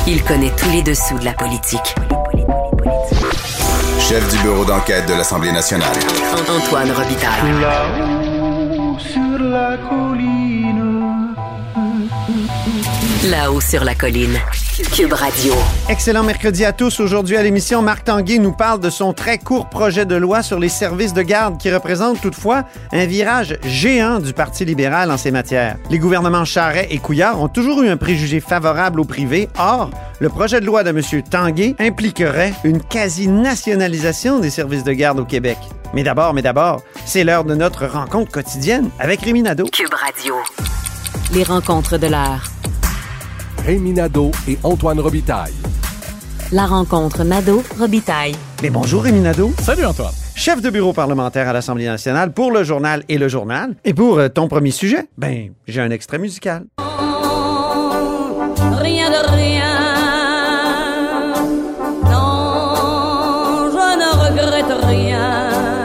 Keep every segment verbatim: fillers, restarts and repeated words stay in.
Il connaît tous les dessous de la politique. Chef du bureau d'enquête de l'Assemblée nationale. Antoine Robitaille. Là-haut sur la colline. Là-haut sur la colline. Cube Radio. Excellent mercredi à tous. Aujourd'hui à l'émission, Marc Tanguay nous parle de son très court projet de loi sur les services de garde qui représente toutefois un virage géant du Parti libéral en ces matières. Les gouvernements Charest et Couillard ont toujours eu un préjugé favorable au privé. Or, le projet de loi de M. Tanguay impliquerait une quasi-nationalisation des services de garde au Québec. Mais d'abord, mais d'abord, c'est l'heure de notre rencontre quotidienne avec Rémi Nadeau. Cube Radio. Les rencontres de l'heure. Rémi Nadeau et Antoine Robitaille. La rencontre Nadeau-Robitaille. Mais bonjour Rémi Nadeau. Salut Antoine. Chef de bureau parlementaire à l'Assemblée nationale pour le journal et le journal. Et pour euh, ton premier sujet, ben, j'ai un extrait musical. Rien de rien. Non, je ne regrette rien.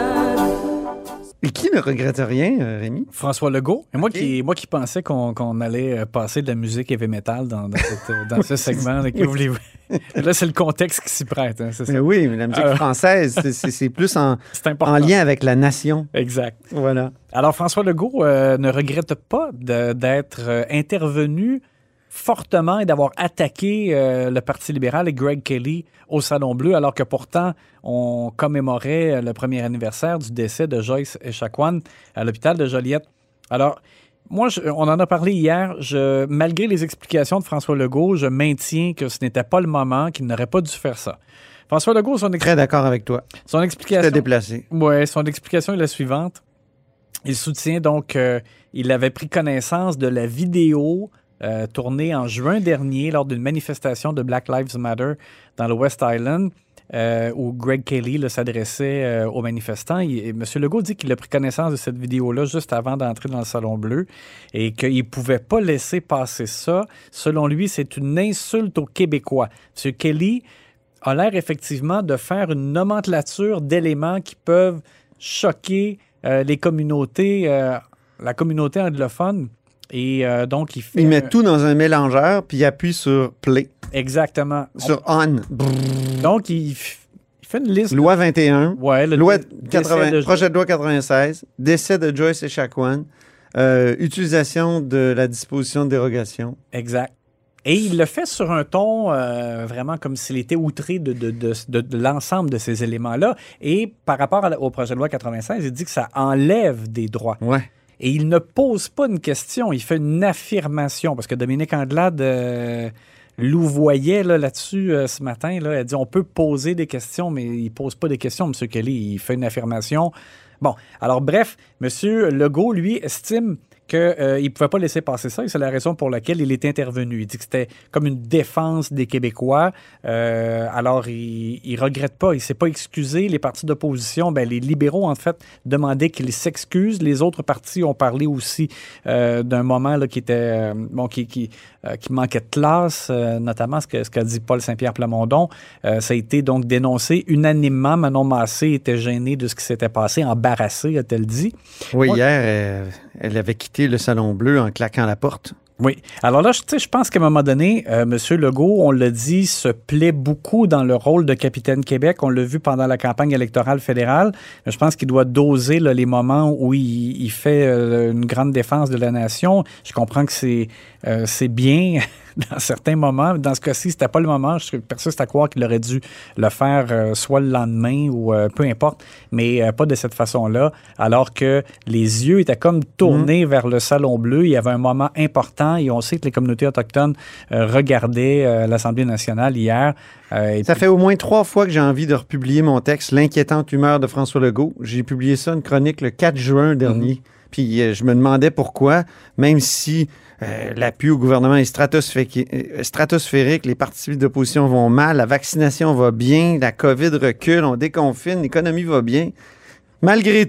Et qui ne regrette rien, euh, Rémi? François Legault. Et moi, Okay. qui, moi qui pensais qu'on, qu'on allait passer de la musique heavy metal dans, dans, cette, dans ce segment. Là, que voulez-vous? Là, c'est le contexte qui s'y prête. Hein, c'est ça. Mais oui, mais la musique Alors, française, c'est, c'est, c'est plus en, c'est important. en lien avec la nation. Exact. Voilà. Alors, François Legault euh, ne regrette pas de, d'être euh, intervenu fortement et d'avoir attaqué euh, le Parti libéral et Greg Kelly au Salon Bleu, alors que pourtant, on commémorait le premier anniversaire du décès de Joyce Echaquan à l'hôpital de Joliette. Alors, moi, je, on en a parlé hier. Je, malgré les explications de François Legault, je maintiens que ce n'était pas le moment, qu'il n'aurait pas dû faire ça. François Legault, son, ex- Très d'accord avec toi. son Tu explication... t'es déplacé. Oui, son explication est la suivante. Il soutient donc qu'il avait pris connaissance de la vidéo euh, tournée en juin dernier lors d'une manifestation de Black Lives Matter dans le West Island, euh, où Greg Kelly là, s'adressait euh, aux manifestants. Il, et M. Legault dit qu'il a pris connaissance de cette vidéo-là juste avant d'entrer dans le Salon Bleu et qu'il ne pouvait pas laisser passer ça. Selon lui, c'est une insulte aux Québécois. M. Kelly a l'air effectivement de faire une nomenclature d'éléments qui peuvent choquer euh, les communautés, euh, la communauté anglophone. Et euh, donc, il fait... Il met un... tout dans un mélangeur, puis il appuie sur play. Exactement. Sur on. On... Donc, il, f... il fait une liste... Loi vingt et un. Ouais, le loi dé- quatre-vingts, de... projet de loi quatre-vingt-seize. Décès de Joyce Echaquan. Euh, utilisation de la disposition de dérogation. Exact. Et il le fait sur un ton euh, vraiment comme s'il était outré de, de, de, de, de l'ensemble de ces éléments-là. Et par rapport à, au projet de loi quatre-vingt-seize, il dit que ça enlève des droits. Ouais. Et il ne pose pas une question, il fait une affirmation. Parce que Dominique Anglade euh, louvoyait là, là-dessus euh, ce matin. Là, elle dit on peut poser des questions, mais il ne pose pas des questions, M. Kelly. Il fait une affirmation. Bon, alors bref, M. Legault, lui, estime qu'il euh, ne pouvait pas laisser passer ça et c'est la raison pour laquelle il est intervenu. Il dit que c'était comme une défense des Québécois. Euh, alors, il ne regrette pas, il ne s'est pas excusé. Les partis d'opposition, ben, les libéraux, en fait, demandaient qu'ils s'excusent. Les autres partis ont parlé aussi euh, d'un moment là, qui, était, euh, bon, qui, qui, euh, qui manquait de classe, euh, notamment ce, que, ce qu'a dit Paul Saint-Pierre Plamondon. Euh, ça a été donc dénoncé unanimement. Manon Massé était gênée de ce qui s'était passé, embarrassée, a-t-elle dit. Oui, Moi, hier, elle, elle avait quitté le Salon Bleu en claquant la porte. Oui. Alors là, je, je pense qu'à un moment donné, euh, M. Legault, on l'a dit, se plaît beaucoup dans le rôle de capitaine Québec. On l'a vu pendant la campagne électorale fédérale. Je pense qu'il doit doser là, les moments où il, il fait euh, une grande défense de la nation. Je comprends que c'est, euh, c'est bien dans certains moments. Dans ce cas-ci, c'était pas le moment. Je persiste à croire qu'il aurait dû le faire euh, soit le lendemain ou euh, peu importe, mais euh, pas de cette façon-là. Alors que les yeux étaient comme tournés mmh. vers le Salon Bleu. Il y avait un moment important et on sait que les communautés autochtones euh, regardaient euh, l'Assemblée nationale hier. Euh, ça puis... fait au moins trois fois que j'ai envie de republier mon texte « L'inquiétante humeur de François Legault ». J'ai publié ça, une chronique, le quatre juin dernier. Mmh. Puis euh, je me demandais pourquoi, même si euh, l'appui au gouvernement est stratosphérique, euh, stratosphérique, les partis d'opposition vont mal, la vaccination va bien, la COVID recule, on déconfine, l'économie va bien. Malgré tout,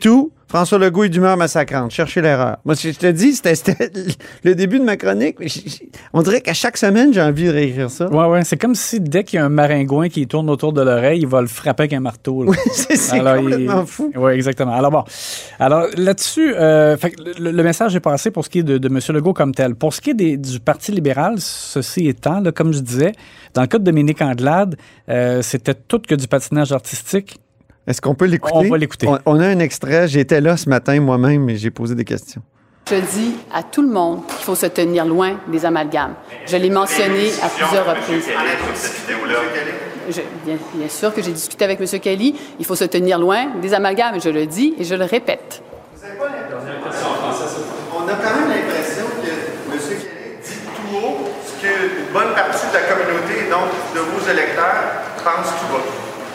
François Legault est d'humeur massacrante. Cherchez l'erreur. Moi, je te dis, c'était, c'était le début de ma chronique. On dirait qu'à chaque semaine, j'ai envie de réécrire ça. Oui, oui. C'est comme si dès qu'il y a un maringouin qui tourne autour de l'oreille, il va le frapper avec un marteau. Là. Oui, c'est, c'est Alors, complètement il... fou. Oui, exactement. Alors bon. Alors là-dessus, euh, fait, le, le message est passé pour ce qui est de, de M. Legault comme tel. Pour ce qui est des, du Parti libéral, ceci étant, là, comme je disais, dans le cas de Dominique Anglade, euh, c'était tout que du patinage artistique. Est-ce qu'on peut l'écouter? On va l'écouter. On, on a un extrait. J'étais là ce matin moi-même et j'ai posé des questions. Je dis à tout le monde qu'il faut se tenir loin des amalgames. Je l'ai mentionné à plusieurs reprises. Je, bien, bien sûr que j'ai discuté avec M. Kelly. Il faut se tenir loin des amalgames. Je le dis et je le répète. Vous n'avez pas l'impression, on a quand même l'impression que M. Kelly dit tout haut ce qu'une bonne partie de la communauté, donc de vos électeurs, pense tout bas.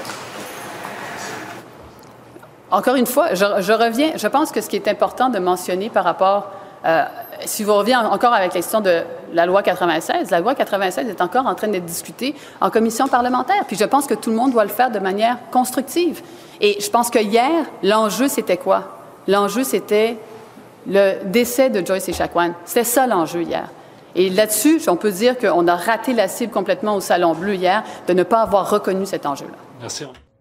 Encore une fois, je, je reviens, je pense que ce qui est important de mentionner par rapport, euh, si vous revenez encore avec la question de la loi quatre-vingt-seize, la loi quatre-vingt-seize est encore en train d'être discutée en commission parlementaire. Puis je pense que tout le monde doit le faire de manière constructive. Et je pense que hier, l'enjeu, c'était quoi? L'enjeu, c'était le décès de Joyce Echaquan. C'était ça l'enjeu hier. Et là-dessus, on peut dire qu'on a raté la cible complètement au Salon Bleu hier de ne pas avoir reconnu cet enjeu-là. Merci.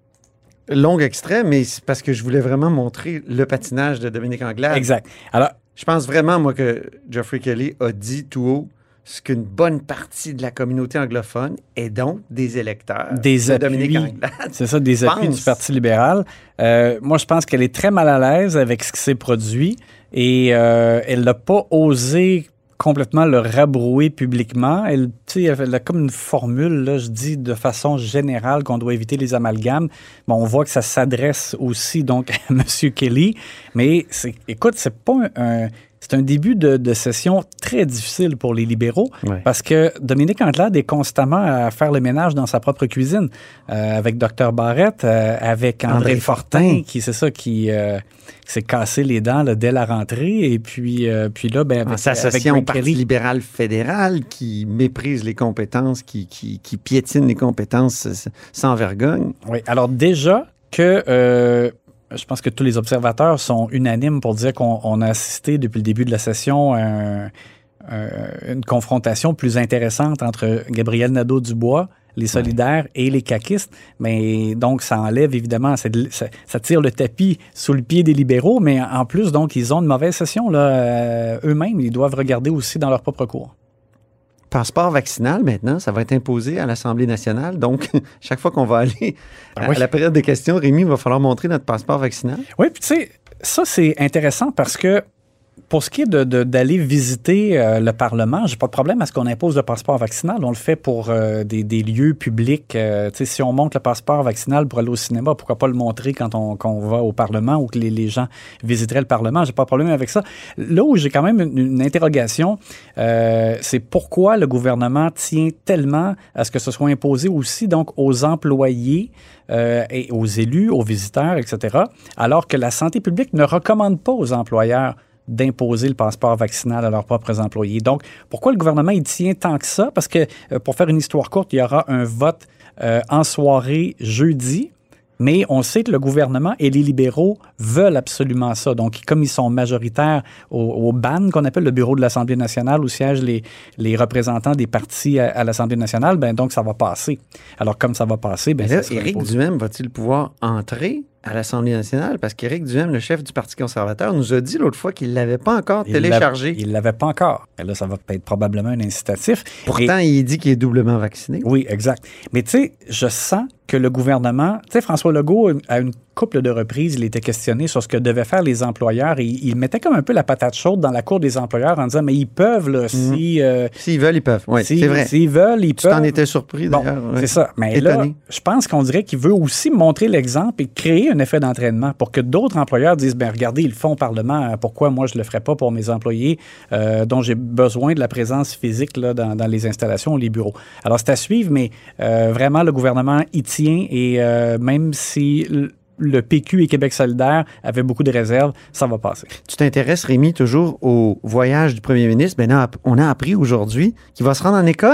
Long extrait, mais c'est parce que je voulais vraiment montrer le patinage de Dominique Anglade. Exact. Alors, je pense vraiment, moi, que Geoffrey Kelly a dit tout haut ce qu'une bonne partie de la communauté anglophone et donc des électeurs des de appuis, Dominique Anglade. C'est ça, des appuis pense. du Parti libéral. Euh, moi, je pense qu'elle est très mal à l'aise avec ce qui s'est produit et euh, elle n'a pas osé complètement le rabrouer publiquement. Elle, tu sais, elle a comme une formule, là, je dis de façon générale qu'on doit éviter les amalgames. Bon, on voit que ça s'adresse aussi donc à M. Kelly, mais c'est, écoute, c'est pas un, un c'est un début de, de session très difficile pour les libéraux ouais. parce que Dominique Anglade est constamment à faire le ménage dans sa propre cuisine euh, avec Dr Barrette, euh, avec André, André Fortin, Fortin, qui c'est ça qui euh, s'est cassé les dents là, dès la rentrée et puis euh, puis là ben avec, en s'associant au Parti libéral fédéral qui méprise les compétences, qui qui, qui piétine les compétences sans vergogne. Oui, alors déjà que euh, je pense que tous les observateurs sont unanimes pour dire qu'on on a assisté depuis le début de la session à un, un, une confrontation plus intéressante entre Gabriel Nadeau-Dubois, les solidaires et les caquistes. Mais donc, ça enlève évidemment, ça, ça, ça tire le tapis sous le pied des libéraux, mais en plus, donc, ils ont une mauvaise session là, euh, eux-mêmes. Ils doivent regarder aussi dans leur propre cours. Passeport vaccinal, maintenant, ça va être imposé à l'Assemblée nationale. Donc, chaque fois qu'on va aller à, oui. à la période des questions, Rémi, il va falloir montrer notre passeport vaccinal. Oui, puis tu sais, ça, c'est intéressant parce que pour ce qui est de, de, d'aller visiter euh, le Parlement, j'ai pas de problème à ce qu'on impose le passeport vaccinal. On le fait pour euh, des, des lieux publics. Euh, tu sais, si on montre le passeport vaccinal pour aller au cinéma, pourquoi pas le montrer quand on, quand on va au Parlement ou que les, les gens visiteraient le Parlement? J'ai pas de problème avec ça. Là où j'ai quand même une, une interrogation, euh, c'est pourquoi le gouvernement tient tellement à ce que ce soit imposé aussi donc aux employés euh, et aux élus, aux visiteurs, et cetera, alors que la santé publique ne recommande pas aux employeurs d'imposer le passeport vaccinal à leurs propres employés. Donc, pourquoi le gouvernement il tient tant que ça? Parce que, euh, pour faire une histoire courte, il y aura un vote euh, en soirée jeudi, mais on sait que le gouvernement et les libéraux veulent absolument ça. Donc, comme ils sont majoritaires au, au B A N, qu'on appelle le bureau de l'Assemblée nationale, où siègent les, les représentants des partis à, à l'Assemblée nationale, ben donc ça va passer. Alors, comme ça va passer, ben là, ça Éric Duhem va-t-il pouvoir entrer à l'Assemblée nationale? Parce qu'Éric Duhem, le chef du Parti conservateur, nous a dit l'autre fois qu'il ne l'avait pas encore il téléchargé. Il ne l'avait pas encore. Et là, ça va être probablement un incitatif. Pourtant, Et, il dit qu'il est doublement vacciné. Oui, exact. Mais tu sais, je sens que le gouvernement... Tu sais, François Legault, à une couple de reprises, il était questionné sur ce que devaient faire les employeurs et il mettait comme un peu la patate chaude dans la cour des employeurs en disant, mais ils peuvent, là, mmh. si... Euh, S'ils veulent, ils peuvent. Oui, si, c'est vrai. S'ils veulent, ils tu peuvent. Tu t'en étais surpris, d'ailleurs. Bon, ouais. c'est ça. Mais Étonné. là, je pense qu'on dirait qu'il veut aussi montrer l'exemple et créer un effet d'entraînement pour que d'autres employeurs disent, bien, regardez, ils le font au Parlement, pourquoi moi je ne le ferais pas pour mes employés euh, dont j'ai besoin de la présence physique là, dans, dans les installations ou les bureaux. Alors, c'est à suivre, mais euh, vraiment, le gouvernement y tient et euh, même si... le P Q et Québec solidaire avaient beaucoup de réserves, ça va passer. Tu t'intéresses, Rémi, toujours au voyage du premier ministre. Ben là, on a appris aujourd'hui qu'il va se rendre en Écosse.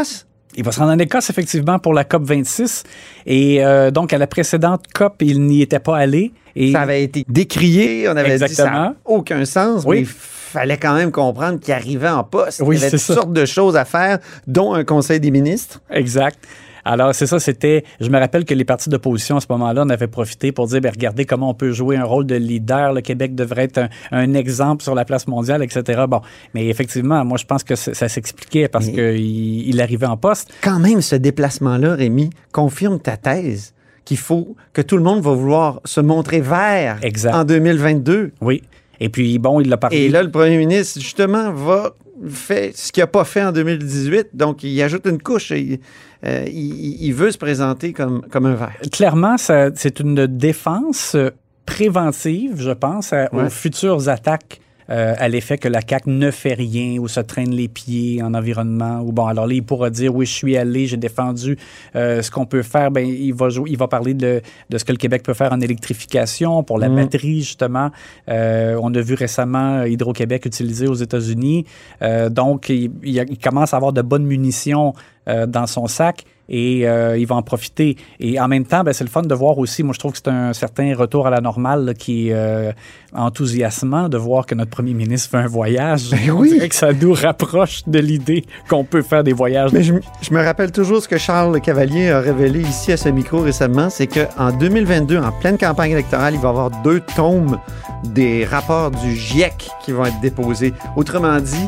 Il va se rendre en Écosse, effectivement, pour la COP vingt-six. Et euh, donc, à la précédente COP, il n'y était pas allé. Et... Ça avait été décrié, on avait Exactement. dit ça n'a aucun sens, oui. mais il fallait quand même comprendre qu'il arrivait en poste. Oui, il y avait toutes ça. sortes de choses à faire, dont un conseil des ministres. Exact. Alors, c'est ça, c'était... Je me rappelle que les partis d'opposition, à ce moment-là, en avaient profité pour dire, bien, regardez comment on peut jouer un rôle de leader. Le Québec devrait être un, un exemple sur la place mondiale, et cetera. Bon, mais effectivement, moi, je pense que ça, ça s'expliquait parce mais... qu'il il arrivait en poste. Quand même, ce déplacement-là, Rémi, confirme ta thèse qu'il faut que tout le monde va vouloir se montrer vert exact. En deux mille vingt-deux. Oui. Et puis, bon, il l'a parlé... Et là, le premier ministre, justement, va... fait ce qu'il n'a pas fait en deux mille dix-huit. Donc, il ajoute une couche. Et, euh, il, il veut se présenter comme, comme un vert. Clairement, ça, c'est une défense préventive, je pense, à, ouais. aux futures attaques euh, à l'effet que la C A Q ne fait rien ou se traîne les pieds en environnement. Ou bon, alors là, il pourra dire, oui, je suis allé, j'ai défendu euh, ce qu'on peut faire. Bien, il va, jouer, il va parler de, de ce que le Québec peut faire en électrification, pour la mmh. batterie, justement. Euh, on a vu récemment Hydro-Québec utilisé aux États-Unis. Euh, donc, il, il commence à avoir de bonnes munitions euh, dans son sac. Et euh, il va en profiter. Et en même temps, ben, c'est le fun de voir aussi, moi je trouve que c'est un certain retour à la normale là, qui est euh, enthousiasmant de voir que notre premier ministre fait un voyage. Ben on oui. dirait que ça nous rapproche de l'idée qu'on peut faire des voyages. Mais je, je me rappelle toujours ce que Charles Cavalier a révélé ici à ce micro récemment, c'est qu'en deux mille vingt-deux, en pleine campagne électorale, il va y avoir deux tomes des rapports du GIEC qui vont être déposés. Autrement dit,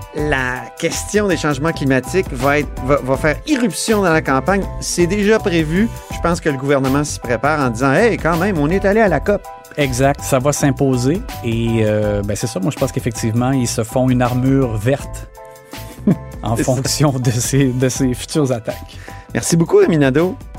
la question des changements climatiques va, être, va, va faire irruption dans la campagne. C'est déjà prévu. Je pense que le gouvernement s'y prépare en disant « Hey, quand même, on est allé à la COP ». Exact, ça va s'imposer. Et euh, ben c'est ça, moi je pense qu'effectivement, ils se font une armure verte en fonction de ces, de ces futures attaques. Merci beaucoup, Rémi Nadeau.